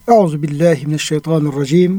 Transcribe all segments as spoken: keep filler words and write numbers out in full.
Euzubillahimineşşeytanirracim.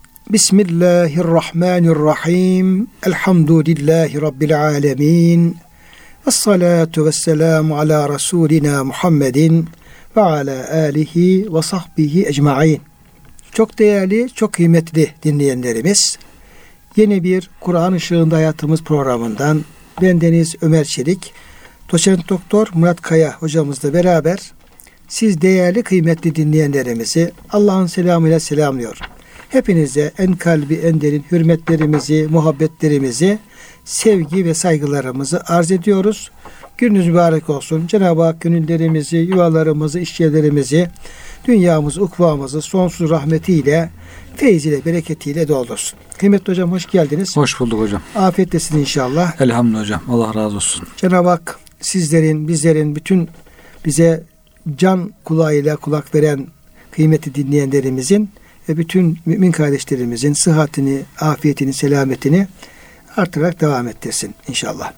Bismillahirrahmanirrahim. Elhamdülillahi Rabbil alemin. Vessalatu vesselamu ala Resulina Muhammedin ve ala alihi ve sahbihi ecmain. Çok değerli, çok kıymetli dinleyenlerimiz, yeni bir Kur'an Işığında Hayatımız programından bendeniz Ömer Çelik, Doçent Doktor Murat Kaya hocamızla beraber siz değerli, kıymetli dinleyenlerimizi Allah'ın selamıyla selamlıyor. Hepinize en kalbi, en derin hürmetlerimizi, muhabbetlerimizi, sevgi ve saygılarımızı arz ediyoruz. Gününüz mübarek olsun. Cenab-ı Hak gönüllerimizi, yuvalarımızı, işyerlerimizi, dünyamızı, ukvamızı sonsuz rahmetiyle, feyziyle, bereketiyle doldursun. Kıymetli hocam, hoş geldiniz. Hoş bulduk hocam. Afiyetlesin inşallah. Elhamdülillah hocam. Allah razı olsun. Cenab-ı Hak sizlerin, bizlerin, bütün bize can kulağıyla kulak veren kıymetli dinleyenlerimizin ve bütün mümin kardeşlerimizin sıhhatini, afiyetini, selametini artırarak devam ettirsin inşallah.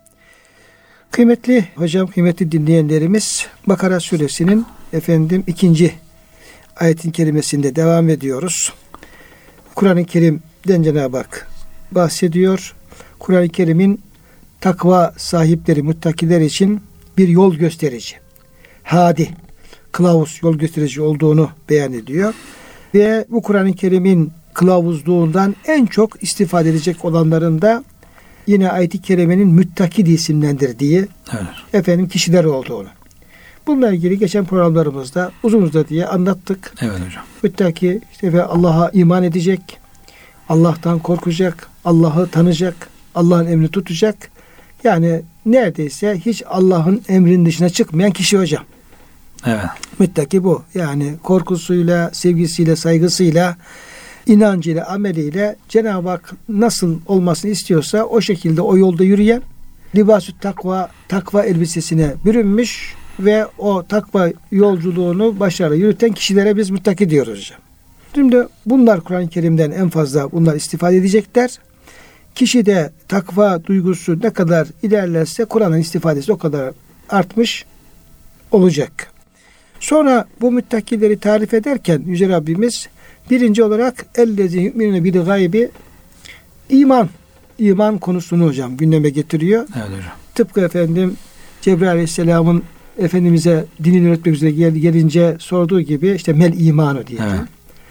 Kıymetli hocam, kıymetli dinleyenlerimiz, Bakara suresinin efendim ikinci ayetin kerimesinde devam ediyoruz. Kur'an-ı Kerim'den Cenab-ı Hak bahsediyor. Kur'an-ı Kerim'in takva sahipleri, muttakiler için bir yol gösterici, hadi, kılavuz, yol gösterici olduğunu beyan ediyor. Ve bu Kur'an-ı Kerim'in kılavuzluğundan en çok istifade edecek olanların da yine ayet-i kerimenin müttaki diye isimlendirdiği evet. efendim kişiler olduğunu. Bununla ilgili geçen programlarımızda uzun uzun diye anlattık. Evet hocam. Müttaki işte ve Allah'a iman edecek, Allah'tan korkacak, Allah'ı tanıyacak, Allah'ın emrini tutacak. Yani neredeyse hiç Allah'ın emrinin dışına çıkmayan kişi hocam. Evet. Müttaki bu. Yani korkusuyla, sevgisiyle, saygısıyla, inancıyla, ameliyle Cenab-ı Hak nasıl olmasını istiyorsa o şekilde o yolda yürüyen, libas-ı takva, takva elbisesine bürünmüş ve o takva yolculuğunu başarılı yürüten kişilere biz müttaki diyoruz hocam. Şimdi bunlar Kur'an-ı Kerim'den en fazla bunlar istifade edecekler. Kişi de takva duygusu ne kadar ilerlerse Kur'an'ın istifadesi o kadar artmış olacak. Sonra bu müttakileri tarif ederken Yüce Rabbimiz birinci olarak ellezî yu'minûne bil gaybi, iman iman konusunu hocam gündeme getiriyor. Evet hocam. Tıpkı efendim Cebrail Aleyhisselam'ın Efendimiz'e dinini öğretmek üzere gel, gelince sorduğu gibi işte mel imanı diye. Evet.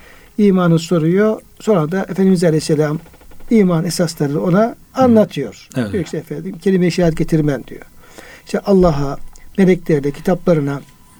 İmanı soruyor. Sonra da Efendimiz Aleyhisselam iman esaslarını ona anlatıyor. Evet. Diyor işte efendim kelime-i şehadet getirmen diyor. İşte Allah'a, meleklerine, kitaplarına,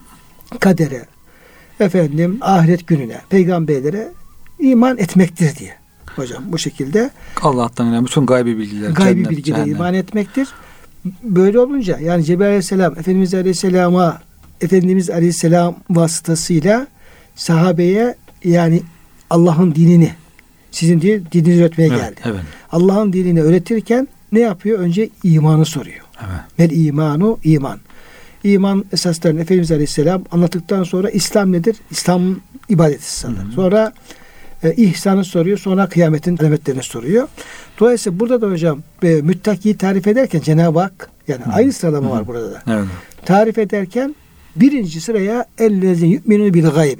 kadere, efendim ahiret gününe, peygamberlere iman etmektir diye. Hocam bu şekilde Allah'tan yani bütün gaybi bilgiler, gaybi cennet, bilgilere cehennem. iman etmektir. Böyle olunca yani Cebrail Aleyhisselam Efendimiz Aleyhisselam'a Efendimiz Aleyhisselam vasıtasıyla sahabeye yani Allah'ın dinini sizin diye dininizi öğretmeye evet, geldi. Evet. Allah'ın dinini öğretirken ne yapıyor? Önce imanı soruyor. Evet. Mel imanu iman. İman esaslarını Efendimiz Aleyhisselam anlattıktan sonra İslam nedir? İslam ibadeti sanır. Sonra e, ihsanı soruyor. Sonra kıyametin alametlerini soruyor. Dolayısıyla burada da hocam e, müttakiyi tarif ederken Cenab-ı Hak yani Hı-hı. aynı sıralama Hı-hı. var burada da. Evet. Tarif ederken birinci sıraya ellezî yu'minûne bil gaybi.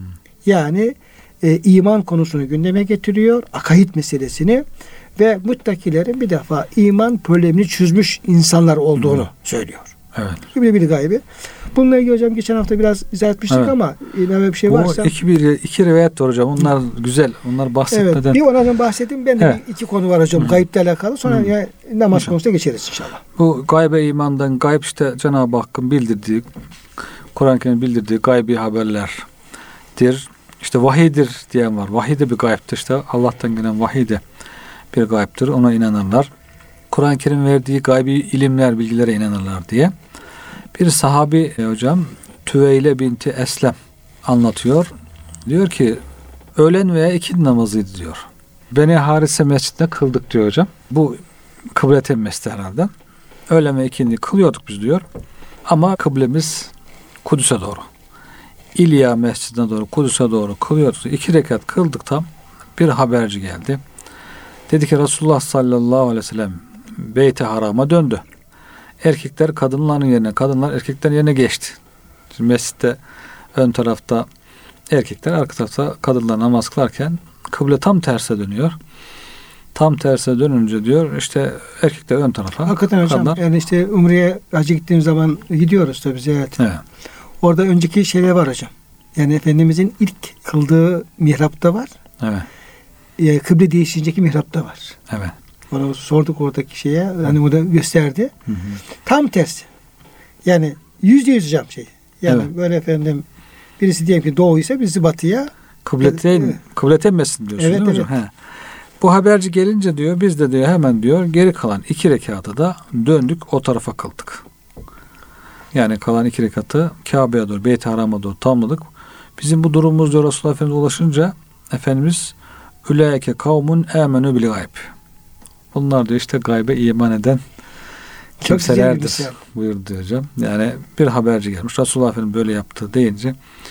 Yani e, iman konusunu gündeme getiriyor. Akaid meselesini ve müttakilerin bir defa iman problemini çözmüş insanlar olduğunu Hı-hı. söylüyor. Evet. Gibi bir gaybi. Bununla ilgili hocam geçen hafta biraz izah etmiştik evet. ama ilave bir şey varsa. O iki, bir, iki rivayet var hocam. Onlar Hı. güzel. Onlar bahsetmeden. Evet. Bir onlardan bahsedeyim. Ben de evet. bir, iki konu var hocam. Hı. Gayıpla alakalı. Sonra Hı. ya, namaz Hı. konusuna geçeriz inşallah. Bu gaybe imandan gayb işte Cenab-ı Hakk'ın bildirdiği, Kur'an-ı Kerim'in bildirdiği gaybi haberlerdir. İşte vahiydir diyen var. Vahiy de bir gayiptir. İşte Allah'tan gelen vahiy de bir gayiptir. Ona inanırlar. Kur'an-ı Kerim verdiği gaybi ilimler, bilgilere inanırlar diye. Bir sahabi e, hocam Tüveyle binti Eslem anlatıyor. Diyor ki öğlen veya ikindi namazıydı diyor. Beni Harise mescidinde kıldık diyor hocam. Bu kıbleten mescidi herhalde. Öğlen ve ikindi kılıyorduk biz diyor. Ama kıblemiz Kudüs'e doğru. İlya mescidine doğru, Kudüs'e doğru kılıyorduk. İki rekat kıldık tam. Bir haberci geldi. Dedi ki Resulullah sallallahu aleyhi ve sellem Beyt-i Haram'a döndü. Erkekler kadınların yerine, kadınlar erkeklerin yerine geçti. Şimdi mescitte ön tarafta erkekler arka tarafta kadınlar namaz kılarken kıble tam terse dönüyor. Tam terse dönünce diyor işte erkekler ön tarafa. Hakikaten hocam. Kadınlar, yani işte Umre'ye hacı gittiğim zaman gidiyoruz tabii ziyaret. evet. Orada önceki şeyler var hocam. Yani Efendimizin ilk kıldığı mihrapta var. Evet. E, kıble değişinceki mihrapta var. Evet. Ona sorduk oradaki şeye. Hani o da gösterdi. Hı hı. Tam tersi. Yani yüzde yüz hocam şey. Yani evet. böyle efendim birisi diyelim ki doğuysa birisi batıya. Kıblete, evet. kıblete inmesin diyorsun evet, değil mi evet. hocam? He. Bu haberci gelince diyor biz de diyor hemen diyor geri kalan iki rekatı da döndük o tarafa kıldık. Yani kalan iki rekatı Kabe'ye doğru, Beyt-i Haram'a doğru tamamladık. Bizim bu durumumuz diyor Resulullah Efendimiz ulaşınca Efendimiz Ülaike kavmun âmenû bil gayb. Bunlar diyor işte gaybe iman eden kimselerdir buyurdu diyor hocam. Yani bir haberci gelmiş. Resulullah Efendimiz böyle yaptı deyince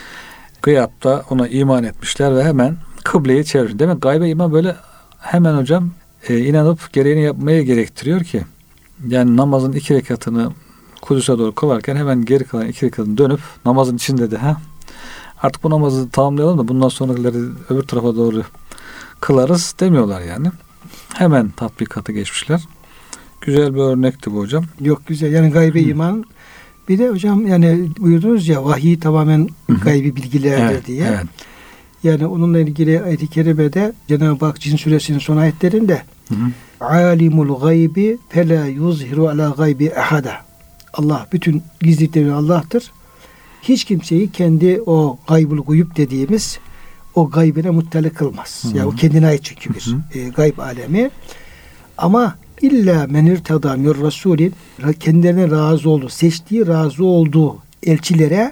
gıyapta ona iman etmişler ve hemen kıbleyi çevirmiş. Demek gaybe iman böyle hemen hocam e, inanıp gereğini yapmaya gerektiriyor ki yani namazın iki rekatını Kudüs'e doğru kılarken hemen geri kalan iki rekatını dönüp namazın içinde de ha artık bu namazı tamamlayalım da bundan sonrakileri öbür tarafa doğru kılarız demiyorlar yani. Hemen tatbikatı geçmişler. Güzel bir örnekti bu hocam. Yok güzel. Yani gaybe Hı. iman. Bir de hocam yani buyurdunuz ya vahiy tamamen Hı-hı. gaybi bilgilerdir evet, diye. Evet. Yani onunla ilgili ayet-i kerimede Cenab-ı Hak Cin suresinin son ayetlerinde Hı-hı. alimul gaybi fela yuzhiru ala gaybi ahada. Allah bütün gizlilikleri Allah'tır. Hiç kimseyi kendi o gaybul guyub dediğimiz o gaybine muttali kılmaz. Ya yani o kendine ait çünkü bir e, gayb alemi. Ama illa men irtada min rasulin kendilerine razı olduğu, seçtiği, razı olduğu elçilere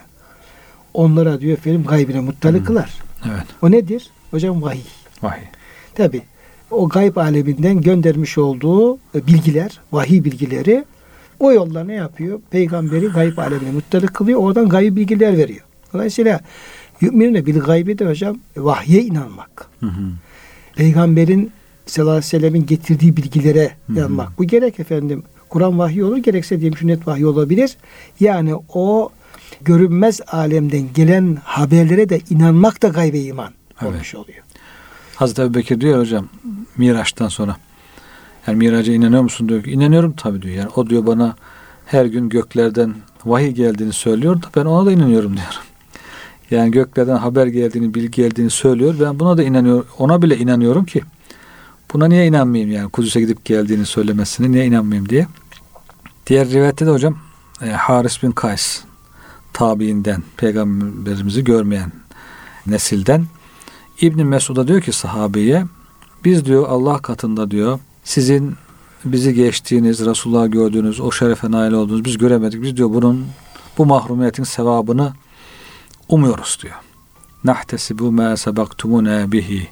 onlara diyor efendim gaybine muttali hmm. kılar. Evet. O nedir? Hocam vahiy. Vahiy. Tabi o gayb aleminden göndermiş olduğu bilgiler, vahiy bilgileri o yolla ne yapıyor? Peygamberi gayb alemine muttali kılıyor. Oradan gayb bilgiler veriyor. Dolayısıyla yu'minune bil gaybi de hocam vahye inanmak. Hı hı. Peygamberin sallallahu aleyhi ve sellemin getirdiği bilgilere hı hı. inanmak. Bu gerek efendim Kur'an vahyi olur, gerekse diyelim sünnet vahyi olabilir. Yani o görünmez alemden gelen haberlere de inanmak da gaybe iman evet. olmuş oluyor. Hazreti Ebubekir diyor hocam Miraç'tan sonra. Yani Miraç'a inanıyor musun diyor. İnanıyorum tabii diyor. Yani o diyor bana her gün göklerden vahiy geldiğini söylüyor da ben ona da inanıyorum diyor. Yani göklerden haber geldiğini, bilgi geldiğini söylüyor. Ben buna da inanıyorum. Ona bile inanıyorum ki buna niye inanmayayım yani Kudüs'e gidip geldiğini söylemesine niye inanmayayım diye. Diğer rivayette de hocam e, Haris bin Kays tabiinden peygamberimizi görmeyen nesilden İbn Mesud'a diyor ki sahabeye biz diyor Allah katında diyor sizin bizi geçtiğiniz, Resulullah'ı gördüğünüz, o şerefe nail olduğunuz biz göremedik. Biz diyor bunun bu mahrumiyetin sevabını umuyoruz diyor. Nahtesibu ma sabaktumuna bihi.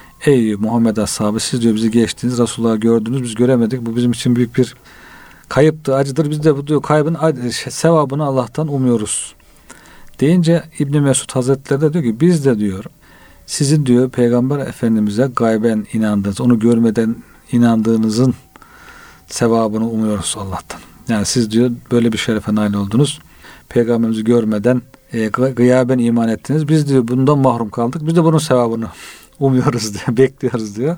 Ey Muhammed ashabı siz diyor bizi geçtiniz, Resulullah'ı gördünüz, biz göremedik. Bu bizim için büyük bir kayıptı, acıdır. Biz de bu diyor kaybın sevabını Allah'tan umuyoruz. Deyince İbn Mesud Hazretleri de diyor ki biz de diyor sizin diyor Peygamber Efendimiz'e gayben inandığınız, onu görmeden inandığınızın sevabını umuyoruz Allah'tan. Yani siz diyor böyle bir şerefe nail oldunuz. Peygamberimizi görmeden e, gıyaben iman ettiniz. Biz diyor bundan mahrum kaldık. Biz de bunun sevabını umuyoruz diyor. Bekliyoruz diyor.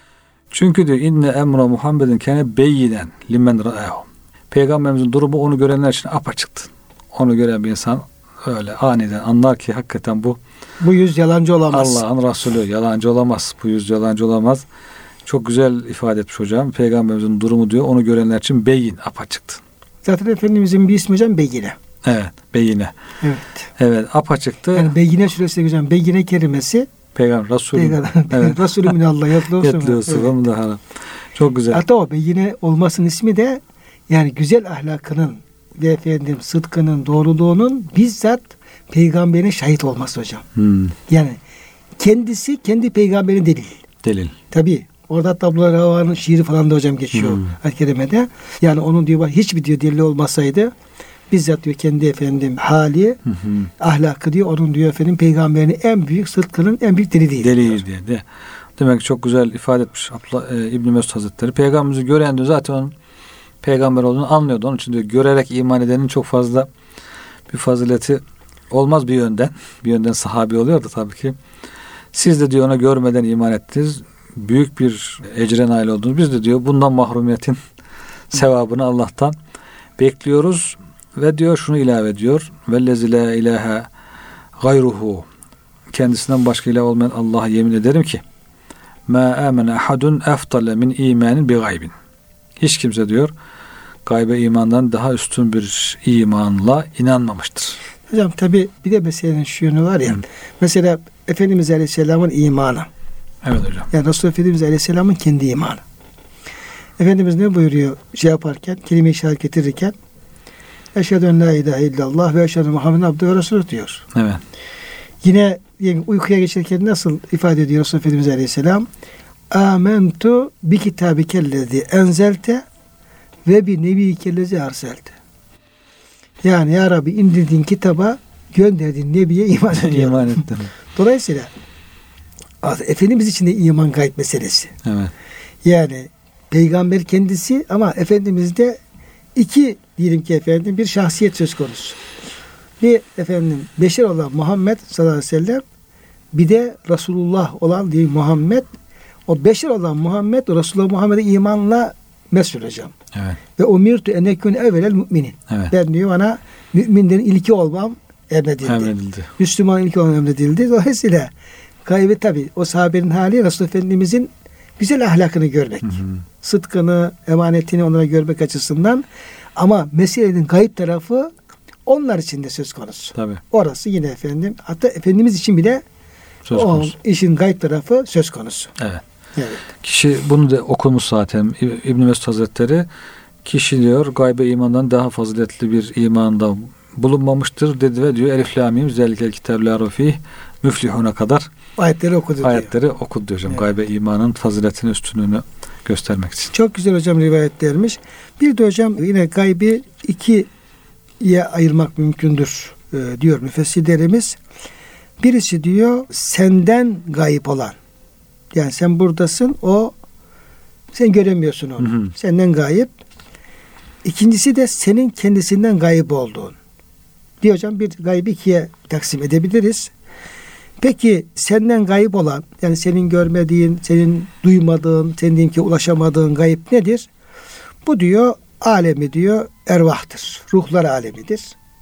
Çünkü diyor inne emra Muhammedin kâne beyinen limen ra'ahu. Peygamberimizin durumu onu görenler için apaçıktı. Onu gören bir insan öyle aniden anlar ki hakikaten bu bu yüz yalancı olamaz. Allah'ın Resulü yalancı olamaz. Bu yüz yalancı olamaz. Çok güzel ifade etmiş hocam. Peygamberimizin durumu diyor onu görenler için beyin apaçıktı. Zaten Efendimizin bir ismi hocam Beyine. Evet, Beyine. Evet. Evet, apaçıktı. Yani Beyine suresi hocam. Beyine kelimesi Peygamber Resulü. Peygamber. Evet. Resulü minallah yatlı olsun. Yatlı olsun. Evet. Daha. Çok güzel. Hatta o Beyine olmasının ismi de yani güzel ahlakının ve efendim sıdkının, doğruluğunun bizzat peygamberin şahit olması hocam. Hmm. Yani kendisi kendi peygamberin delil. Delil. Tabii. Orada Tablo Rava'nın şiiri falan da hocam geçiyor. Hmm. Al-Kerime'de. Yani onun diyor hiçbir diyor delili olmasaydı bizzat diyor kendi efendim hali, hı hı. ahlakı diyor onun diyor efendim peygamberin en büyük sıdkının en büyük delili. Delil diye. De. Demek ki çok güzel ifade etmiş Abla, e, İbn Mesud Hazretleri. Peygamberimizi gören diyor zaten onun peygamber olduğunu anlıyordu. Onun için diyor görerek iman edenin çok fazla bir fazileti olmaz bir yönden. Bir yönden sahabi oluyor da tabii ki. Siz de diyor ona görmeden iman ettiniz. Büyük bir ecre nail oldunuz. Biz de diyor bundan mahrumiyetin sevabını Allah'tan bekliyoruz. Ve diyor şunu ilave ediyor. Vellezi la ilahe gayruhu. Kendisinden başka ilah olmayan Allah'a yemin ederim ki ma amene ahadun eftale min imanin bi gaybin. Hiç kimse diyor gaybe imandan daha üstün bir imanla inanmamıştır. Hocam tabi bir de meselenin şu yönü var ya. Hı. Mesela Efendimiz Aleyhisselam'ın imanı. Evet hocam. Yani Resulullah Efendimiz Aleyhisselam'ın kendi imanı. Efendimiz ne buyuruyor şey yaparken, kelime-i şehadet getirirken eşhedü en la ilahe illallah ve eşhedü Muhammeden abdühü ve resulüh diyor. Evet. Yine yani uykuya geçerken nasıl ifade ediyor Resulullah Efendimiz Aleyhisselam? Amentu bi kitabikellezi enzelte ve bi nebiyikellezi arselte. Yani ya Rabbi indirdiğin kitaba, gönderdiğin nebiye iman ediyorum. İman ettim. Dolayısıyla Efendimiz için de iman gayb meselesi. Evet. Yani peygamber kendisi ama Efendimiz'de iki diyelim ki efendim bir şahsiyet söz konusu. Bir efendim beşer olan Muhammed sallallahu aleyhi ve sellem, bir de Resulullah olan değil Muhammed. O beşer olan Muhammed, Resulullah Muhammed'e imanla mesul hocam. Evet. Ve umirtu en ekûne evvelel müminin. Evet. Ben diyor bana müminlerin ilki olmam emredildi. Emredildi. Müslümanın ilki olmam emredildi. Dolayısıyla gaybi tabi o sahabenin hali Resulullah Efendimizin güzel ahlakını görmek. Hı hı. Sıdkını, emanetini onlara görmek açısından. Ama meselenin gayb tarafı onlar için de söz konusu. Tabii. Orası yine efendim hatta Efendimiz için bile söz o konusu. İşin gayb tarafı söz konusu. Evet. Evet. Kişi bunu da okumuş zaten İbn Mesud Hazretleri, kişi diyor gaybe imandan daha faziletli bir imanda bulunmamıştır dedi ve diyor Elif la mim zelikel kitab la rafih müflihuna kadar ayetleri okudu diyor. Ayetleri okudu diyor hocam. Evet. Gaybe imanın faziletini, üstünlüğünü göstermek için. Çok güzel hocam rivayetlermiş. Bir de hocam yine gaybi ikiye ayırmak mümkündür e, diyor müfessirlerimiz. Birisi diyor senden gayip olan. Yani sen buradasın, o sen göremiyorsun onu. Hı hı. Senden gayip. İkincisi de senin kendisinden gayip olduğun. Diyor hocam bir gaybi ikiye taksim edebiliriz. Peki senden gayip olan, yani senin görmediğin, senin duymadığın, senin diyelim ki ulaşamadığın gayip nedir? Bu diyor alemi diyor ervahtır. Ruhlar alemidir.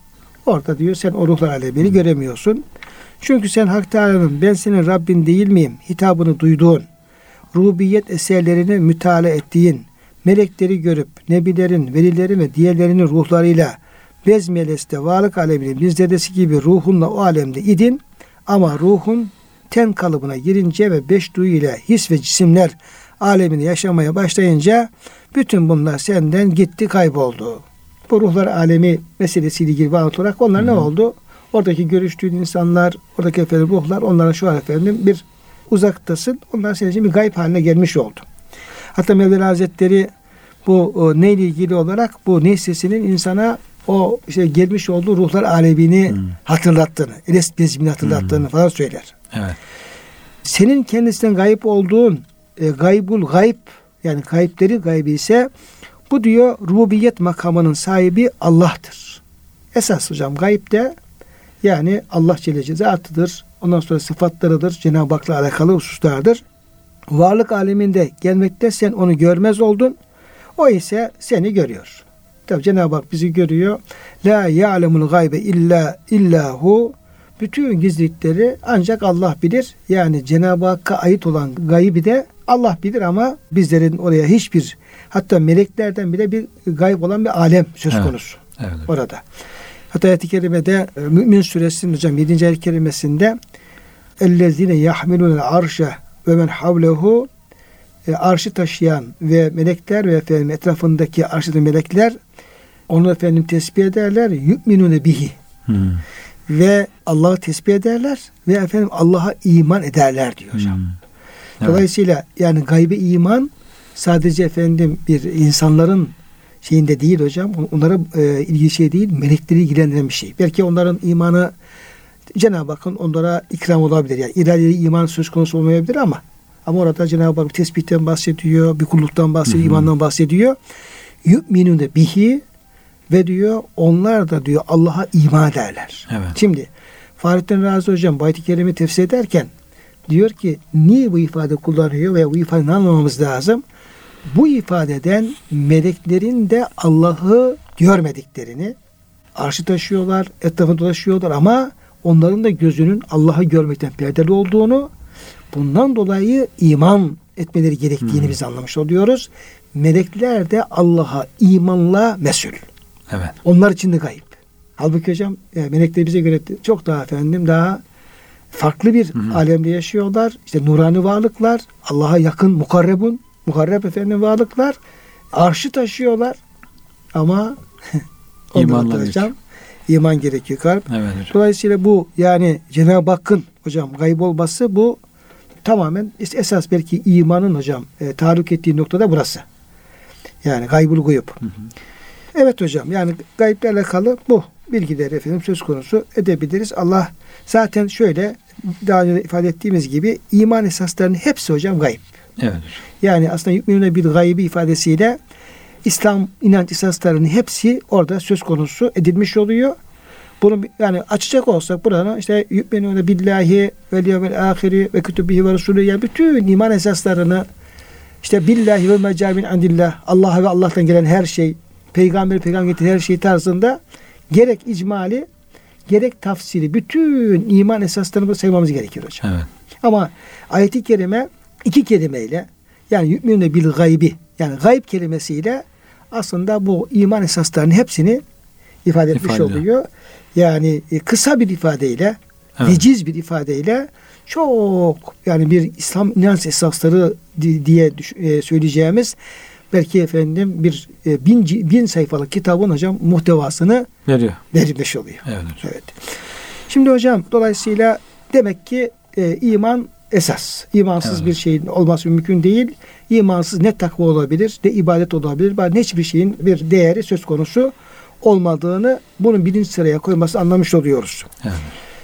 Orada diyor sen o ruhlar alemini hı. göremiyorsun. Çünkü sen Hak Teala'nın ben senin Rabbin değil miyim hitabını duyduğun, rububiyet eserlerini müteala ettiğin, melekleri görüp nebilerin, velilerin ve diğerlerinin ruhlarıyla bezmeleste varlık aleminin bir zerresi gibi ruhunla o alemde idin. Ama ruhun ten kalıbına girince ve beş duyu ile his ve cisimler alemini yaşamaya başlayınca bütün bunlar senden gitti, kayboldu. Bu ruhlar alemi meselesiyle ilgili bağlı olarak onlar Hı-hı. ne oldu? Oradaki görüştüğün insanlar, oradaki efendim ruhlar onlara şu an efendim bir uzaktasın. Onlar senin için bir gayb haline gelmiş oldu. Hatta Mevlana Hazretleri bu o, neyle ilgili olarak bu nefsesinin insana o işte gelmiş olduğu ruhlar alemini hmm. hatırlattığını, elest bezmini hatırlattığını hmm. falan söyler. Evet. Senin kendisinden gayb olduğun e, gaybul gayb yani gayipleri gaybi ise bu diyor rububiyet makamının sahibi Allah'tır. Esas hocam gayb de yani Allah Celle Celle zatıdır. Ondan sonra sıfatlarıdır. Cenab-ı Hak'la alakalı hususlardır. Varlık aleminde gelmekte sen onu görmez oldun. O ise seni görüyor. Tabi Cenab-ı Hak bizi görüyor. La ya'lemul gaybe illa illahu. Bütün gizlilikleri ancak Allah bilir. Yani Cenab-ı Hakk'a ait olan gaybi de Allah bilir ama bizlerin oraya hiçbir hatta meleklerden bile bir gayb olan bir alem söz konusu. Evet, evet. Orada. Hatta ayet-i kerimede Mü'min suresinin hocam yedinci ayet-i kerimesinde ellezine yahmilune arşa ve men havlehu arşı taşıyan ve melekler ve efendim etrafındaki arşıda melekler onu efendim tesbih ederler. Yu'minune bihi. Hmm. Ve Allah'ı tesbih ederler ve efendim Allah'a iman ederler diyor hocam. Hmm. Evet. Dolayısıyla yani gaybe iman sadece efendim bir insanların şeyinde değil hocam. Onlara e, ilgili şey değil. Melekleri ilgilendiren bir şey. Belki onların imanı Cenab-ı Hakk'ın onlara ikram olabilir. Yani iradeli iman söz konusu olmayabilir ama ama orada Cenab-ı Hak bir tespitten bahsediyor. Bir kulluktan bahsediyor. Hı hı. imandan bahsediyor. Yu'minune bihi ve diyor onlar da diyor Allah'a iman ederler. Evet. Şimdi Fahrettin Razi Hocam bu ayet-i kerime tefsir ederken diyor ki niye bu ifade kullanıyor veya bu ifadeyi anlamamız lazım? Bu ifadeden meleklerin de Allah'ı görmediklerini, arşı taşıyorlar, etrafında dolaşıyorlar ama onların da gözünün Allah'ı görmekten perdeli olduğunu, bundan dolayı iman etmeleri gerektiğini hmm. biz anlamış oluyoruz. Melekler de Allah'a imanla mesul. Evet. Onlar için de gayb. Halbuki hocam yani melekler bize göre çok daha efendim daha farklı bir hmm. alemde yaşıyorlar. İşte nurani varlıklar, Allah'a yakın mukarrebun, mukarreb efendim varlıklar, arşı taşıyorlar ama İmanla hocam iman gerekiyor kalp. Evet hocam. Dolayısıyla bu yani Cenab-ı Hakk'ın hocam gayb olması bu tamamen esas belki imanın hocam e, tahallük ettiği noktada burası. Yani gaybul guyub. Hı hı. Evet hocam yani gayble alakalı bu bilgileri efendim söz konusu edebiliriz. Allah zaten şöyle daha önce ifade ettiğimiz gibi iman esaslarının hepsi hocam gayb. Evet. Yani aslında yu'minune bil gaybi ifadesiyle İslam inanç esaslarının hepsi orada söz konusu edilmiş oluyor. Bunu yani açacak olsak buradan işte yu'minune billahi vel yevmil ahiri ve kütübihi ve resulü yani bütün iman esaslarını işte billahi ve mecamin andillah Allah'a ve Allah'tan gelen her şey peygamber peygamber getiren her şey tarzında gerek icmali gerek tafsiri bütün iman esaslarını saymamız gerekir hocam. Evet. Ama ayet-i kerime iki kelimeyle yani yu'minune bil gaybi yani gayb kelimesiyle aslında bu iman esaslarının hepsini ifade etmiş İfade. oluyor. Yani e, kısa bir ifadeyle, evet. veciz bir ifadeyle çok yani bir İslam inanç esasları di, diye düş, e, söyleyeceğimiz belki efendim bir e, bin, bin sayfalık kitabın hocam muhtevasını veriyor. Verilmiş oluyor. Evet. Evet. Şimdi hocam dolayısıyla demek ki e, iman esas. İmansız evet. bir şeyin olması mümkün değil. İmansız ne takva olabilir, ne ibadet olabilir, ne hiçbir şeyin bir değeri söz konusu olmadığını bunun birinci sıraya koyması anlamış oluyoruz. Evet.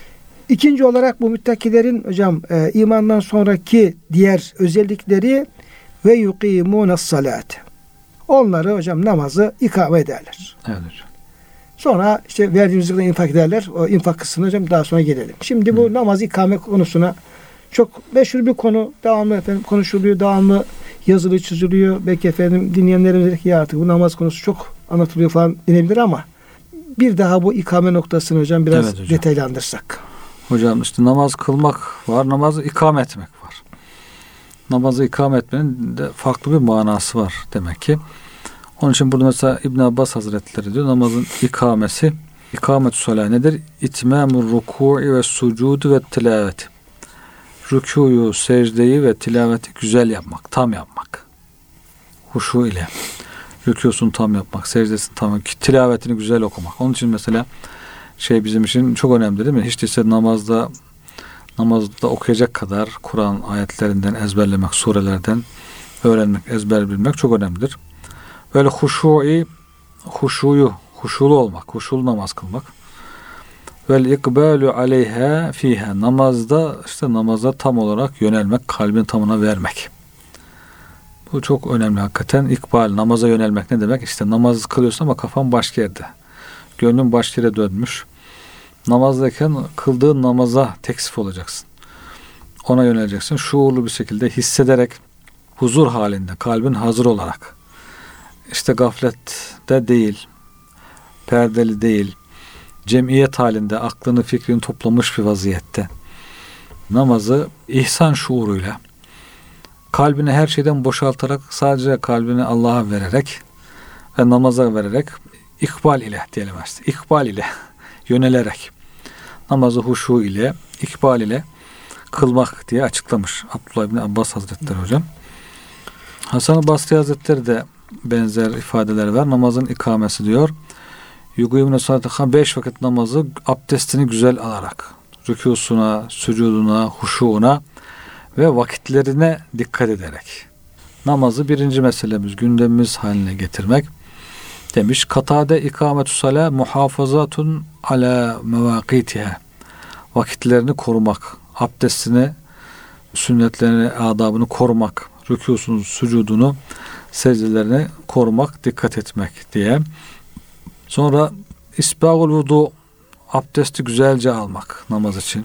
İkinci olarak bu müttakilerin hocam e, imandan sonraki diğer özellikleri ve yuqimunas salat. Onları hocam namazı ikame ederler. Evet. Sonra işte verdiğimiz rızıkla infak ederler. O infak kısmına hocam daha sonra gelelim. Şimdi bu Hı. namaz ikame konusuna çok meşhur bir konu. Devamlı efendim konuşuluyor. Devamlı yazılı çiziliyor. Belki efendim dinleyenlerin der ki ya artık bu namaz konusu çok anlatılıyor falan denebilir ama bir daha bu ikame noktasını hocam biraz evet hocam. detaylandırsak. Hocam işte namaz kılmak var. Namazı ikame etmek var. Namazı ikame etmenin de farklı bir manası var demek ki. Onun için burada mesela İbn Abbas Hazretleri diyor namazın ikamesi ikametü salat nedir? İtmamur ruku'i ve sucudu ve tilavet. Rükûyu, secdeyi ve tilaveti güzel yapmak, tam yapmak. Huşu ile. Rükûsunu tam yapmak, secdesini tam yapmak, tilavetini güzel okumak. Onun için mesela şey bizim için çok önemli değil mi? Hiç değilse namazda namazda okuyacak kadar Kur'an ayetlerinden ezberlemek, surelerden öğrenmek, ezber bilmek çok önemlidir. Böyle huşu'i, huşuyu, huşulu olmak, huşulu namaz kılmak. Vel ikbalu aleyha fiha. Namazda işte namaza tam olarak yönelmek, kalbin tamına vermek. Bu çok önemli hakikaten. İkbal, namaza yönelmek ne demek? İşte namaz kılıyorsun ama kafan başka yerde. Gönlün başka yere dönmüş. Namazdayken kıldığın namaza teksif olacaksın. Ona yöneleceksin. Şuurlu bir şekilde hissederek, huzur halinde, kalbin hazır olarak. İşte gaflette değil, perdeli değil, cemiyet halinde aklını fikrini toplamış bir vaziyette namazı ihsan şuuruyla kalbini her şeyden boşaltarak sadece kalbini Allah'a vererek ve namaza vererek ikbal ile diyelim aslında. İkbal ile yönelerek namazı huşu ile ikbal ile kılmak diye açıklamış Abdullah İbni Abbas Hazretleri hocam. Hasan-ı Basri Hazretleri de benzer ifadeler var. Namazın ikamesi diyor. Yuguyumune salatı beş vakit namazı abdestini güzel alarak rükûsuna, sücuduna, huşuğuna ve vakitlerine dikkat ederek namazı birinci meselemiz, gündemimiz haline getirmek demiş. Katade ikametü salâ muhafazatun ala mevâkîtiha. Vakitlerini korumak, abdestini, sünnetlerini, adabını korumak, rükûsunu, sücudunu, secdelerini korumak, dikkat etmek diye. Sonra isbâgul vudu, abdesti güzelce almak namaz için.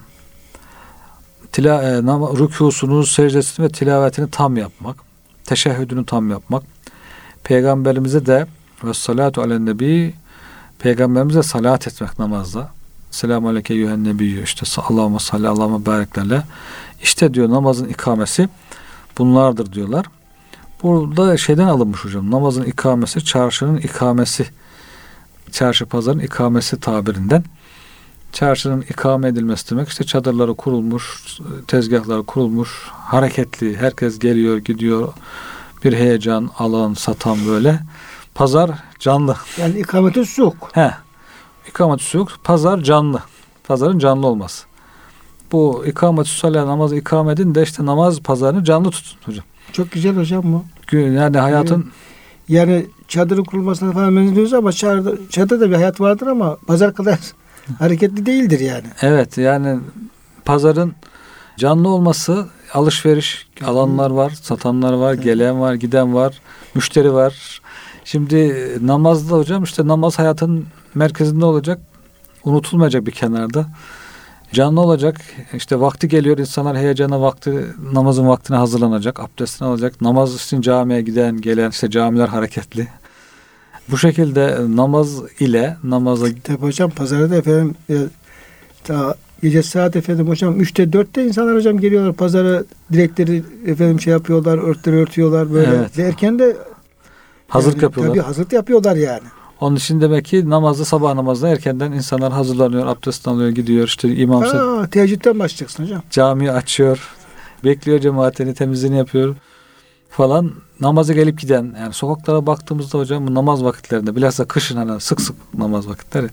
Tila, e, nama, rükûsunu, secdesini ve tilavetini tam yapmak. Teşehhüdünü tam yapmak. Peygamberimize de ve salatu alen nebi, Peygamberimize salat etmek namazda. Selamun aleyke eyyühen nebiyyü, işte Allahümme salli Allahümme bareklerle. İşte diyor namazın ikamesi bunlardır diyorlar. Burada şeyden alınmış hocam. Namazın ikamesi, çarşının ikamesi. Çarşı pazarın ikamesi tabirinden. Çarşının ikame edilmesi demek işte çadırları kurulmuş, tezgahları kurulmuş, hareketli, herkes geliyor, gidiyor. Bir heyecan, alan, satan böyle. Pazar canlı. Yani ikamet-i suk. He. İkamet-i suk, pazar canlı. Pazarın canlı olması. Bu ikamet-i salat, namazı ikame edin de işte namaz pazarını canlı tutun hocam. Çok güzel hocam bu. Yani hayatın yani, yani çadırın kurulmasına falan benziyoruz ama çadır, çadırda bir hayat vardır ama pazar kadar hareketli değildir yani. Evet, yani pazarın canlı olması, alışveriş alanlar var, satanlar var, evet. Gelen var, giden var, müşteri var. Şimdi namazda hocam işte namaz hayatın merkezinde olacak, unutulmayacak bir kenarda. Canlı olacak. İşte vakti geliyor, insanlar heyecana vakti, namazın vaktine hazırlanacak, abdestini alacak. Namaz için camiye giden, gelen, işte camiler hareketli. Bu şekilde namaz ile namaza... Tabii hocam pazarda efendim ya, ta gece saat efendim hocam üçte dörtte insanlar hocam geliyorlar pazara, direkleri efendim şey yapıyorlar, örtleri örtüyorlar böyle. Evet. Ve erken de hazırlık yani, yapıyorlar. Tabii hazırlık yapıyorlar yani. Onun için demek ki namazda, sabah namazda erkenden insanlar hazırlanıyor, abdest alıyor, gidiyor. İşte imam Aa, teheccüden başlayacaksın hocam. Camiyi açıyor, bekliyor cemaatini, temizliğini yapıyor falan. Namaza gelip giden, yani sokaklara baktığımızda hocam bu namaz vakitlerinde, bilhassa kışın hani sık sık namaz vakitleri,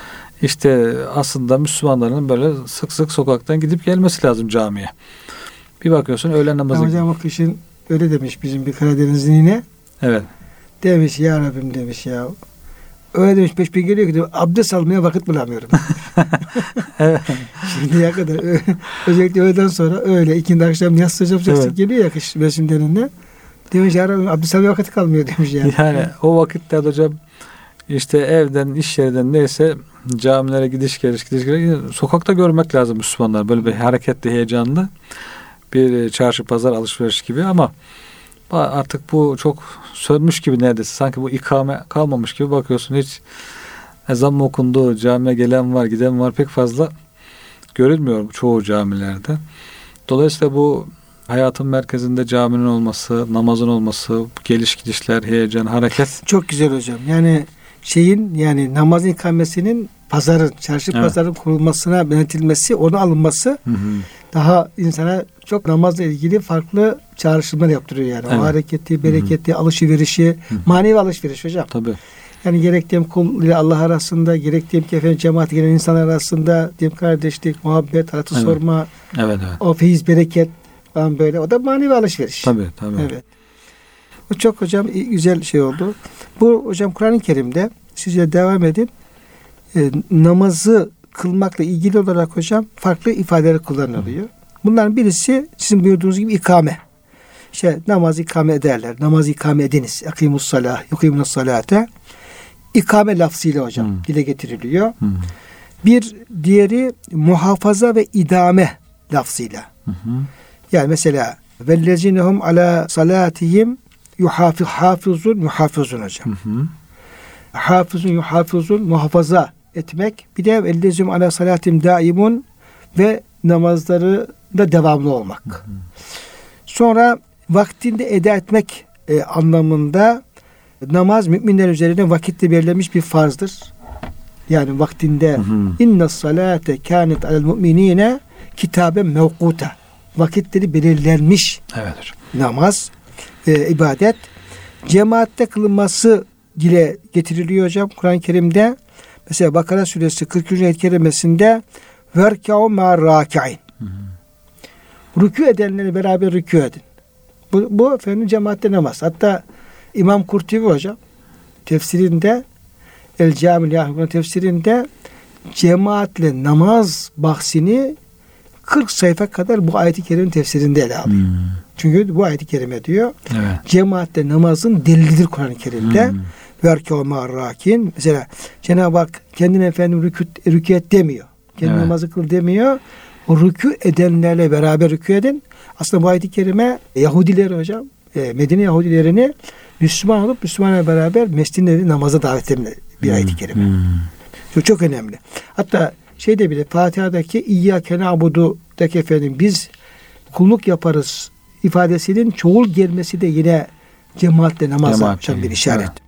işte aslında Müslümanların böyle sık sık sokaktan gidip gelmesi lazım camiye. Bir bakıyorsun öğlen namazı. Ya hocam o kışın öyle demiş bizim bir Karadenizli yine. Evet. Demiş ya Rabbim demiş ya. Öyle demiş beş bin geliyor ki demiş, abdest almaya vakit bulamıyorum. Evet. Şimdiye kadar öyle, özellikle öğleden sonra öyle ikindi akşam yas hocam evet. Geliyor ya kış mevsimlerinde. Demiş ya Rabbim abdest almaya vakit kalmıyor demiş yani. Yani o vakitlerde hocam işte evden, iş yerinden neyse camilere gidiş geliş gidiş geliş sokakta görmek lazım Müslümanlar. Böyle bir hareketli, heyecanlı bir çarşı pazar alışveriş gibi ama artık bu çok sönmüş gibi neredeyse. Sanki bu ikame kalmamış gibi bakıyorsun. Hiç ezan mı okundu, camiye gelen var, giden var pek fazla görülmüyor çoğu camilerde. Dolayısıyla bu hayatın merkezinde caminin olması, namazın olması, geliş gidişler, heyecan, hareket. Çok güzel hocam. Yani şeyin yani namazın ikamesinin pazarın, çarşı evet. Pazarın kurulmasına yönetilmesi, onu alınması hı hı. Daha insana çok namazla ilgili farklı çağrışımlar yaptırıyor yani. Evet. O hareketi, bereketi, hı-hı. alışverişi, hı-hı. manevi alışveriş hocam. Tabii. Yani gerek diyelim kul ile Allah arasında, gerek diyelim ki efendim cemaate gelen insanlar arasında diyelim kardeşlik, muhabbet, halatı evet. sorma, evet, evet. o feyiz, bereket falan böyle. O da manevi alışveriş. Tabii, tabii. Evet. Bu çok hocam güzel şey oldu. Bu hocam Kur'an-ı Kerim'de size devam edin. E, namazı kılmakla ilgili olarak hocam farklı ifadeler kullanılıyor. Bunların birisi sizin buyurduğunuz gibi ikame. İşte namazı ikame ederler. Namazı ikame ediniz. Akimus salah, yukimus salate. İkame lafzıyla hocam hmm. dile getiriliyor. Hmm. Bir diğeri muhafaza ve idame lafzıyla. Hmm. Yani mesela vellezinehum ala salatihim yuhafizun yuhafizun hocam. Hmm. Hafizun yuhafizun muhafaza etmek. Bir de ellezim ala salatim daimun ve namazları da devamlı olmak. Hı hı. Sonra vaktinde eda etmek e, anlamında namaz müminler üzerine vakitte belirlenmiş bir farzdır. Yani vaktinde inna salate kânet alel mu'minine kitaben mevkuta. Vakitleri belirlenmiş. Evet. Namaz, e, ibadet. Cemaatte kılınması dile getiriliyor hocam Kur'an-ı Kerim'de. Mesela Bakara suresi kırk üçüncü ayet kerimesinde verkâ'u mâ râki'in. Rükû edenleri beraber rükû edin. Bu, bu efendim cemaatte namaz. Hatta İmam Kurtubi hocam tefsirinde El Camil Yahya tefsirinde cemaatle namaz bahsini kırk sayfa kadar bu ayet-i kerimenin tefsirinde ele alıyor. Hmm. Çünkü bu ayet-i kerime diyor, evet, cemaatle namazın delilidir Kur'an-ı Kerim'de. Hmm. Ve erkâ ma'ar-râkin. Mesela Cenab-ı Hak kendine efendim rükû, rükû et demiyor. Kendi evet. namazı kıl demiyor. O rükû edenlerle beraber rükû edin. Aslında bu ayet-i kerime Yahudileri hocam, Medine Yahudilerini Müslüman olup Müslümanla beraber mescidinde namaza davet eden bir hmm. ayet-i kerime. Hmm. Çok, çok önemli. Hatta şeyde bile Fatiha'daki İyyâke na'budu'daki efendim biz kulluk yaparız ifadesinin çoğul gelmesi de yine cemaatle namaza açan bir işaret. Evet.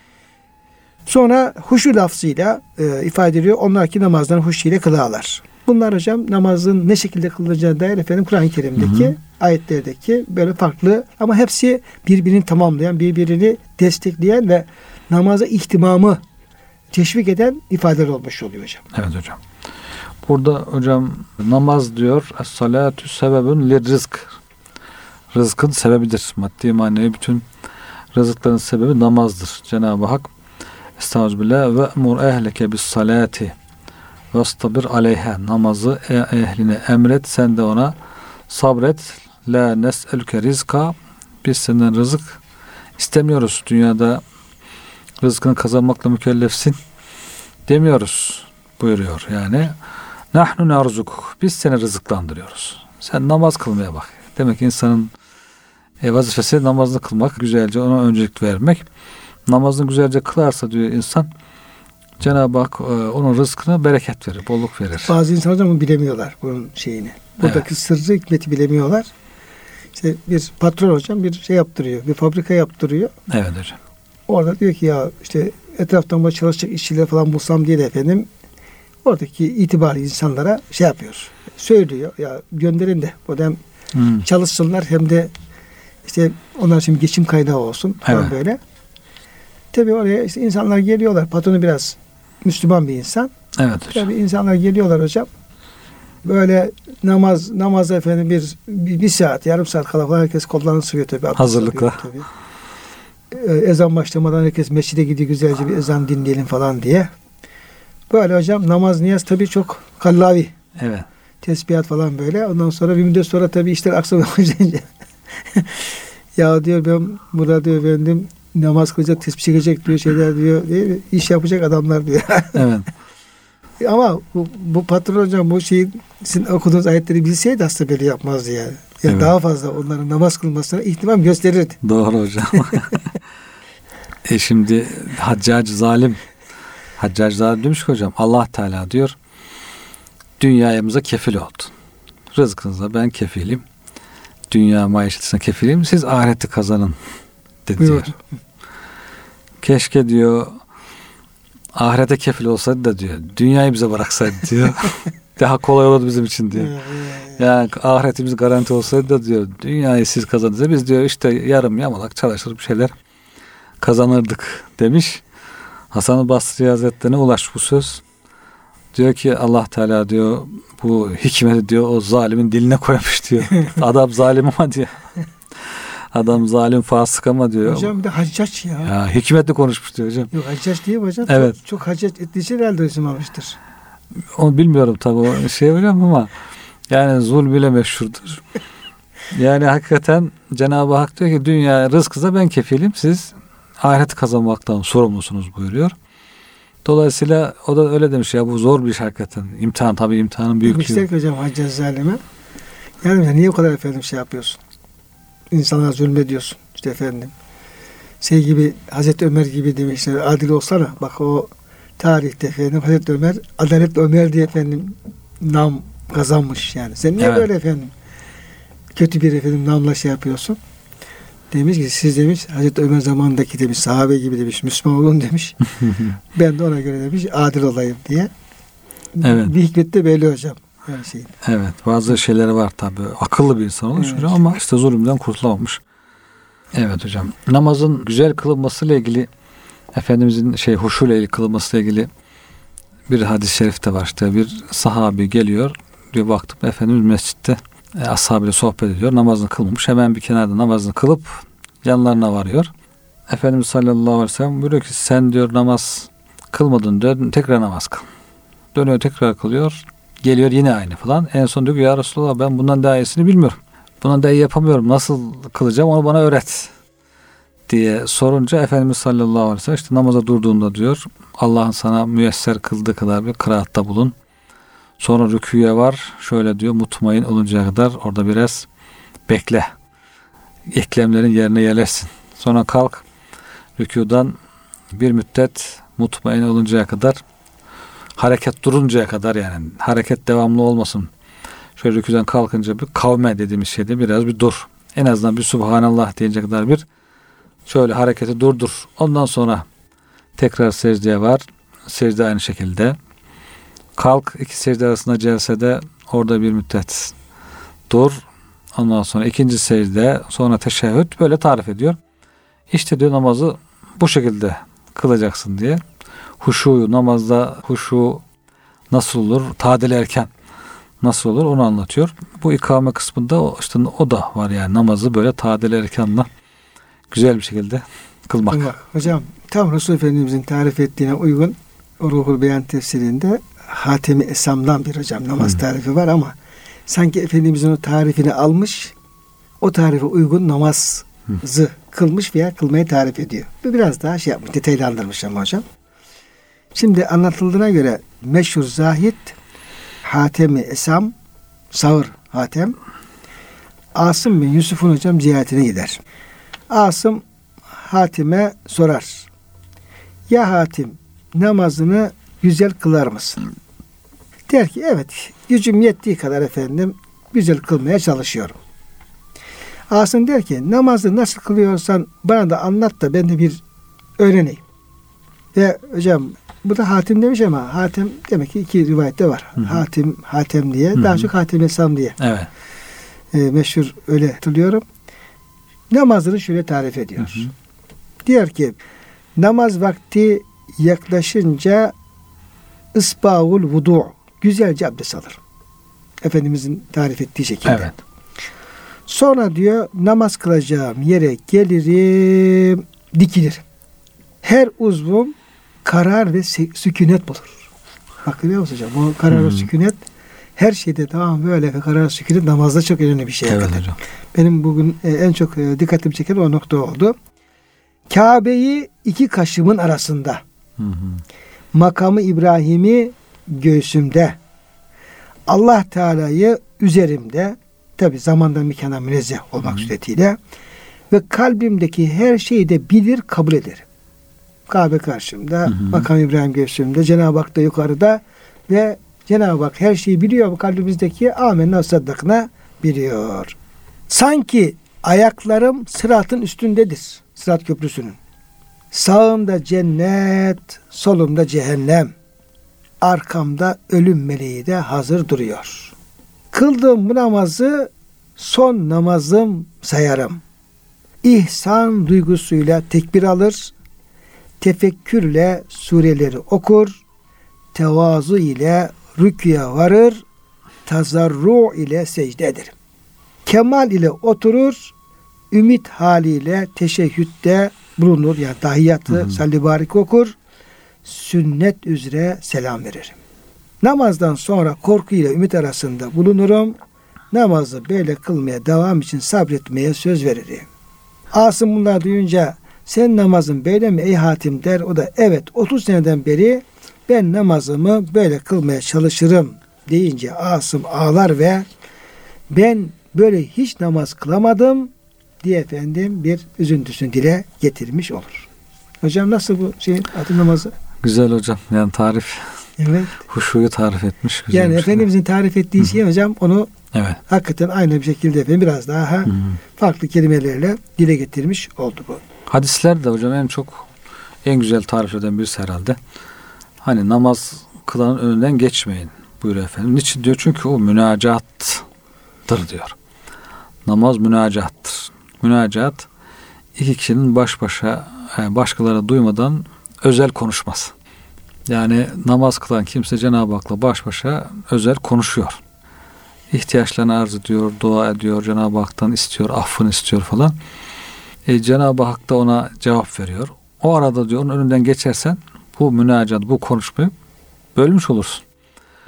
Sonra huşu lafzıyla e, ifade ediyor. Onlar ki namazdan huşu ile kılarlar. Bunlar hocam namazın ne şekilde kılınacağına dair efendim Kur'an-ı Kerim'deki hı hı. ayetlerdeki böyle farklı ama hepsi birbirini tamamlayan, birbirini destekleyen ve namaza ihtimamı teşvik eden ifadeler olmuş oluyor hocam. Evet hocam. Burada hocam namaz diyor es-salatu sebebun lirrizk. Rızkın sebebidir. Maddi manevi bütün rızıkların sebebi namazdır. Cenab-ı Hak Estağfirullah ve emur ehleke bis salati vestabir aleyha, namazı ehline emret, sen de ona sabret. La nes'elüke rizka, biz senden rızık istemiyoruz, dünyada rızkını kazanmakla mükellefsin demiyoruz buyuruyor. Yani nahnu narzuk, biz seni rızıklandırıyoruz, sen namaz kılmaya bak. Demek ki insanın e, vazifesi namazını kılmak, güzelce ona öncelik vermek. Namazını güzelce kılarsa diyor insan, Cenab-ı Hak e, onun rızkına bereket verir, bolluk verir. Bazı insanlar bunu bilemiyorlar, bunun şeyini. Buradaki evet. sırrı, hikmeti bilemiyorlar. İşte bir patron hocam bir şey yaptırıyor, bir fabrika yaptırıyor. Evet hocam. Orada diyor ki ya işte etraftan böyle çalışacak işçiler falan bulsam diye de efendim oradaki itibarlı insanlara şey yapıyor, söylüyor. Ya gönderin de o hem hmm. çalışsınlar hem de işte onlar için geçim kaynağı olsun falan evet. böyle. Tabii oraya işte insanlar geliyorlar. Patronu biraz Müslüman bir insan. Evet hocam. Tabii insanlar geliyorlar hocam. Böyle namaz namaz efendim bir, bir bir saat yarım saat kala falan herkes kollarını sıvıyor tabii. Hazırlıkla. Tabii. Ee, ezan başlamadan herkes mescide gidiyor, güzelce bir ezan dinleyelim falan diye. Böyle hocam namaz niyaz tabii çok kallavi. Evet. Tesbihat falan böyle. Ondan sonra bir müddet sonra tabii işler aksamaya başlayınca ya diyor ben burada diyor efendim namaz kılacak, tesbih çekecek diyor, şeyler diyor, değil mi? İş yapacak adamlar diyor. Evet. Ama bu, bu patron hocam bu şeyi sizin okuduğunuz ayetleri bilseydi aslında böyle yapmazdı yani. Yani evet. Daha fazla onların namaz kılmasına ihtimam gösterirdi. Doğru hocam. e şimdi Haccac zalim. Haccac zalim demiş ki hocam, Allah Teala diyor dünyamıza kefil oldu. Rızkınıza ben kefilim. Dünya maişetine kefilim. Siz ahireti kazanın de diyor. Keşke diyor ahirete kefil olsaydı da diyor dünyayı bize bıraksaydı diyor. Daha kolay olurdu bizim için diyor. Yani ahiretimiz garanti olsaydı da diyor dünyayı siz kazandınız. Biz diyor işte yarım yamalak çalışır bir şeyler kazanırdık demiş. Hasan-ı Basri Hazretleri'ne ulaş bu söz. Diyor ki Allah Teala diyor bu hikmeti diyor o zalimin diline koymuş diyor. Adam zalim ama diyor. Adam zalim fasık ama diyor. Hocam bir de Haccac ya. Ya hikmetli konuşmuş diyor hocam. Yok Haccac değil mi hocam? Evet. Çok, çok Haccac ettiği için herhalde isim almıştır. Onu bilmiyorum tabii o şey biliyorum ama yani zulmüyle meşhurdur. Yani hakikaten Cenab-ı Hak diyor ki dünya rızkınıza ben kefilim, siz ahireti kazanmaktan sorumlusunuz buyuruyor. Dolayısıyla o da öyle demiş ya bu zor bir iş hakikaten. İmtihan tabii imtihanın büyüklüğü. Demişler ki hocam Haccac zalime. Yani niye o kadar efendim şey yapıyorsun? İnsanlara zulmediyorsun. İşte efendim şey gibi Hazreti Ömer gibi demişler adil olsana. Bak o tarihte efendim Hazreti Ömer adaletli Ömer diye efendim nam kazanmış yani. Sen niye evet. böyle efendim kötü bir efendim namla şey yapıyorsun? Demiş ki siz demiş Hazreti Ömer zamanındaki demiş sahabe gibi demiş Müslüman olun demiş. Ben de ona göre demiş adil olayım diye. Evet. Bir hikmet de belli hocam. Her şeyin. Evet. Bazı şeyleri var tabi. Akıllı bir insan olmuş evet. ama işte zulümden kurtulamamış. Evet hocam. Namazın güzel kılınmasıyla ilgili Efendimizin şey huşuyla ilgili kılınmasıyla ilgili bir hadis-i şerif de var. İşte bir sahabi geliyor. Bir baktım Efendimiz mescitte e, ashabıyla sohbet ediyor. Namazını kılmamış. Hemen bir kenarda namazını kılıp yanlarına varıyor. Efendimiz sallallahu aleyhi ve sellem buyuruyor ki sen diyor namaz kılmadın diyor. Tekrar namaz kıl. Dönüyor tekrar kılıyor. Geliyor yine aynı falan. En son diyor ki ya Resulallah ben bundan daha iyisini bilmiyorum. Bundan daha iyi yapamıyorum. Nasıl kılacağım onu bana öğret diye sorunca Efendimiz sallallahu aleyhi ve sellem işte namaza durduğunda diyor Allah'ın sana müyesser kıldığı kadar bir kıraatta bulun. Sonra rüküye var. Şöyle diyor mutmain oluncaya kadar orada biraz bekle. Eklemlerin yerine yerleşsin. Sonra kalk rükûdan bir müddet mutmain oluncaya kadar hareket duruncaya kadar yani hareket devamlı olmasın. Şöyle rükûdan kalkınca bir kavme dediğimiz şeyde biraz bir dur. En azından bir Subhanallah deyince kadar bir şöyle hareketi durdur. Ondan sonra tekrar secdeye var. Secde aynı şekilde. Kalk iki secde arasında celsede orada bir müddet dur. Ondan sonra ikinci secde sonra teşehhüd böyle tarif ediyor. İşte diyor namazı bu şekilde kılacaksın diye. Huşuyu namazda huşu nasıl olur? Tadil erken nasıl olur onu anlatıyor. Bu ikame kısmında işte o da var yani namazı böyle tadil erkanla güzel bir şekilde kılmak. Allah, hocam tam Resul Efendimizin tarif ettiğine uygun Ruhul Beyan tefsirinde Hatemi Esam'dan bir hocam namaz Hı. tarifi var ama sanki Efendimizin o tarifini almış o tarife uygun namazı Hı. kılmış veya kılmayı tarif ediyor. Bu biraz daha şey yapmış, detaylandırmış ama hocam. Şimdi anlatıldığına göre meşhur zahid Hatemi Esam Sağır Hatem Asım bin Yusuf'un hocam ziyaretine gider. Asım Hatim'e sorar. Ya Hatim namazını güzel kılar mısın? Der ki evet gücüm yettiği kadar efendim güzel kılmaya çalışıyorum. Asım der ki namazı nasıl kılıyorsan bana da anlat da ben de bir öğreneyim. Ve hocam bu da Hatim demiş ama Hatim demek ki iki rivayette var. Hı hı. Hatim, Hatem diye. Hı hı. Daha çok Hatem Esam diye. Evet. E, meşhur öyle hatırlıyorum. Namazını şöyle tarif ediyor. Hı hı. Diyor ki namaz vakti yaklaşınca ısbağul vudu güzelce abdest alır. Efendimizin tarif ettiği şekilde. Evet. Sonra diyor namaz kılacağım yere gelirim, dikilirim. Her uzvum karar ve sükunet bulur. Bak görüyor musun hocam? Bu karar hmm. ve sükunet her şeyde tamam böyle karar ve sükunet namazda çok önemli bir şey. Evet hocam. Benim bugün en çok dikkatimi çeken o nokta oldu. Kabe'yi iki kaşımın arasında. Hı hı. Makamı İbrahim'i göğsümde. Allah Teala'yı üzerimde. Tabi zamandan mekana münezzeh olmak hı hı. suretiyle. Ve kalbimdeki her şeyi de bilir, kabul ederim. Kabe karşımda, hı hı. Makam İbrahim göğsümde, Cenab-ı Hak da yukarıda ve Cenab-ı Hak her şeyi biliyor. Bu kalbimizdeki amenna saddakına biliyor. Sanki ayaklarım sıratın üstündedir. Sırat köprüsünün. Sağımda cennet, solumda cehennem. Arkamda ölüm meleği de hazır duruyor. Kıldığım bu namazı son namazım sayarım. İhsan duygusuyla tekbir alır. Tefekkürle sureleri okur. Tevazu ile rüküye varır. Tazarru ile secde ederim. Kemal ile oturur. Ümit haliyle teşehhütte bulunur. Yani tahiyyatı salli barik okur. Sünnet üzere selam veririm. Namazdan sonra korku ile ümit arasında bulunurum. Namazı böyle kılmaya devam için sabretmeye söz veririm. Asım bunlar duyunca sen namazın böyle mi ey Hatim der. O da evet otuz seneden beri ben namazımı böyle kılmaya çalışırım deyince Asım ağlar ve ben böyle hiç namaz kılamadım diye efendim bir üzüntüsünü dile getirmiş olur. Hocam nasıl bu şeyin adı namazı? Güzel hocam. Yani tarif. Evet. Huşuyu tarif etmiş. Güzel yani Efendimizin şey. tarif ettiği Hı-hı. şey hocam onu evet. hakikaten aynı bir şekilde efendim biraz daha Hı-hı. farklı kelimelerle dile getirmiş oldu bu. Hadisler de hocam en çok en güzel tarif eden birisi herhalde. Hani namaz kılanın önünden geçmeyin buyuruyor efendim. Niçin diyor? Çünkü o münacattır diyor. Namaz münacattır. Münacat iki kişinin baş başa başkaları duymadan özel konuşması. Yani namaz kılan kimse Cenab-ı Hak'la baş başa özel konuşuyor. İhtiyaçlarını arz ediyor, dua ediyor, Cenab-ı Hak'tan istiyor, affını istiyor falan. E, Cenab-ı Hak da ona cevap veriyor. O arada diyor onun önünden geçersen bu münacat, bu konuşmayı bölmüş olursun.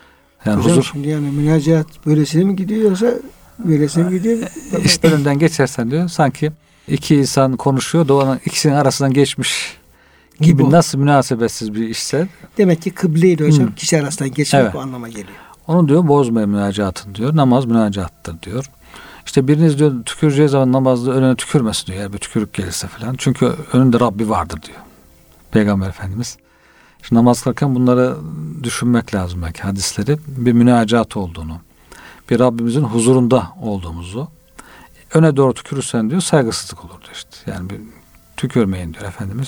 Yani hocam huzur. şimdi yani münacat böylesine mi gidiyor yoksa böylesine mi gidiyor? İşte önünden geçersen diyor sanki iki insan konuşuyor da onun ikisinin arasından geçmiş gibi Bu. nasıl münasebetsiz bir işse. Demek ki kıbleyle hocam Hmm. kişi arasından geçmek Evet. bu anlama geliyor. Onu diyor bozmayın münacatın diyor. Namaz münacattır diyor. İşte biriniz diyor tüküreceği zaman namazda önüne tükürmesin diyor. Eğer bir tükürük gelirse falan. Çünkü önünde Rabbi vardır diyor. Peygamber Efendimiz. Şimdi namaz kılarken bunları düşünmek lazım belki hadisleri. Bir münacat olduğunu. Bir Rabbimizin huzurunda olduğumuzu. Öne doğru tükürürsen diyor saygısızlık olur diyor işte. Yani bir tükürmeyin diyor Efendimiz.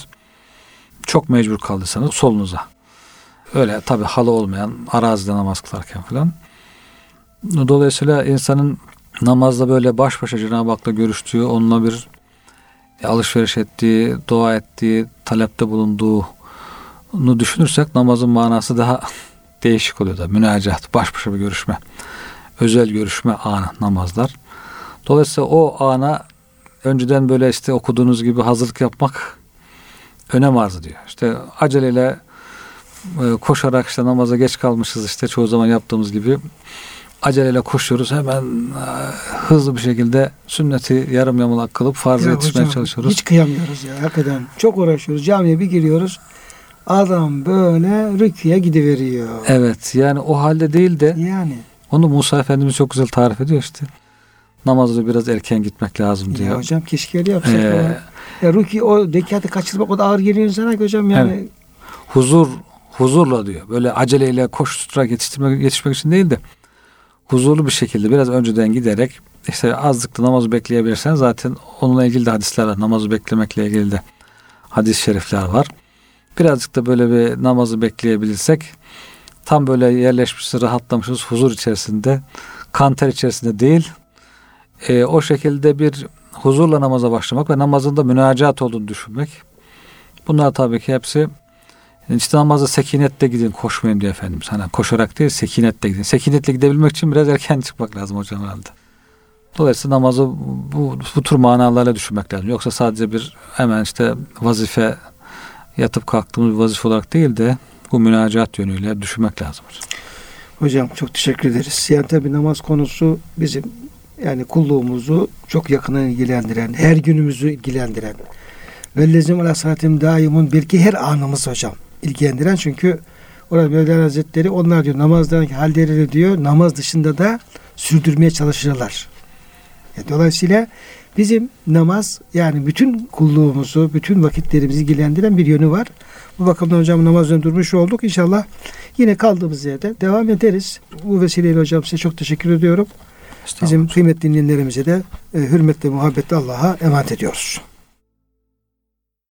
Çok mecbur kaldıysanız solunuza. Öyle tabi halı olmayan arazide namaz kılarken falan. Dolayısıyla insanın namazda böyle baş başa Cenab-ı Hak'la görüştüğü, onunla bir alışveriş ettiği, dua ettiği, talepte bulunduğunu düşünürsek namazın manası daha değişik oluyor da. Münacat, baş başa bir görüşme, özel görüşme anı namazlar. Dolayısıyla o ana önceden böyle işte okuduğunuz gibi hazırlık yapmak önem arz ediyor. İşte aceleyle koşarak işte namaza geç kalmışız işte çoğu zaman yaptığımız gibi aceleyle koşuyoruz. Hemen hızlı bir şekilde sünneti yarım yamalak kılıp farzı Ya yetişmeye hocam, çalışıyoruz. Hiç kıyamıyoruz ya hakikaten. Çok uğraşıyoruz. Camiye bir giriyoruz. Adam böyle rüküye gidiveriyor. Evet yani o halde değil de Yani. onu Musa Efendimiz çok güzel tarif ediyor işte. Namazda biraz erken gitmek lazım diyor. Ya hocam keşke öyle yapsak. Ee, ya. Ya rükü o rekatı kaçırmak o da ağır geliyor insana ki hocam yani. Evet. Huzur, huzurla diyor. Böyle aceleyle koşturarak yetiştirmek, yetişmek için değil de huzurlu bir şekilde biraz önceden giderek işte azlıkta namazı bekleyebilirsen zaten onunla ilgili de hadisler var. Namazı beklemekle ilgili de hadis-i şerifler var. Birazcık da böyle bir namazı bekleyebilirsek tam böyle yerleşmişiz, rahatlamışız, huzur içerisinde, kanter içerisinde değil. E, o şekilde bir huzurla namaza başlamak ve namazın da münacat olduğunu düşünmek. Bunlar tabii ki hepsi işte namazda sekinetle gidin, koşmayın diyor Efendimiz. Hani koşarak değil, sekinetle gidin. Sekinetle gidebilmek için biraz erken çıkmak lazım hocam herhalde. Dolayısıyla namazı bu, bu tür manalarla düşünmek lazım. Yoksa sadece bir hemen işte vazife yatıp kalktığımız bir vazife olarak değil de bu münacat yönüyle düşünmek lazım hocam. Hocam çok teşekkür ederiz. Yani tabii namaz konusu bizim yani kulluğumuzu çok yakından ilgilendiren, her günümüzü ilgilendiren ve lezim ala saatim daimun belki her anımız hocam ilgilendiren çünkü orada Mevlana Hazretleri onlar diyor namazdan hallerini diyor namaz dışında da sürdürmeye çalışırlar. Yani dolayısıyla bizim namaz yani bütün kulluğumuzu, bütün vakitlerimizi ilgilendiren bir yönü var. Bu bakımdan hocam namazdan durmuş olduk. İnşallah yine kaldığımız yerde devam ederiz. Bu vesileyle hocam size çok teşekkür ediyorum. Bizim kıymetli dinleyenlerimize de e, hürmetle, muhabbetle Allah'a emanet ediyoruz.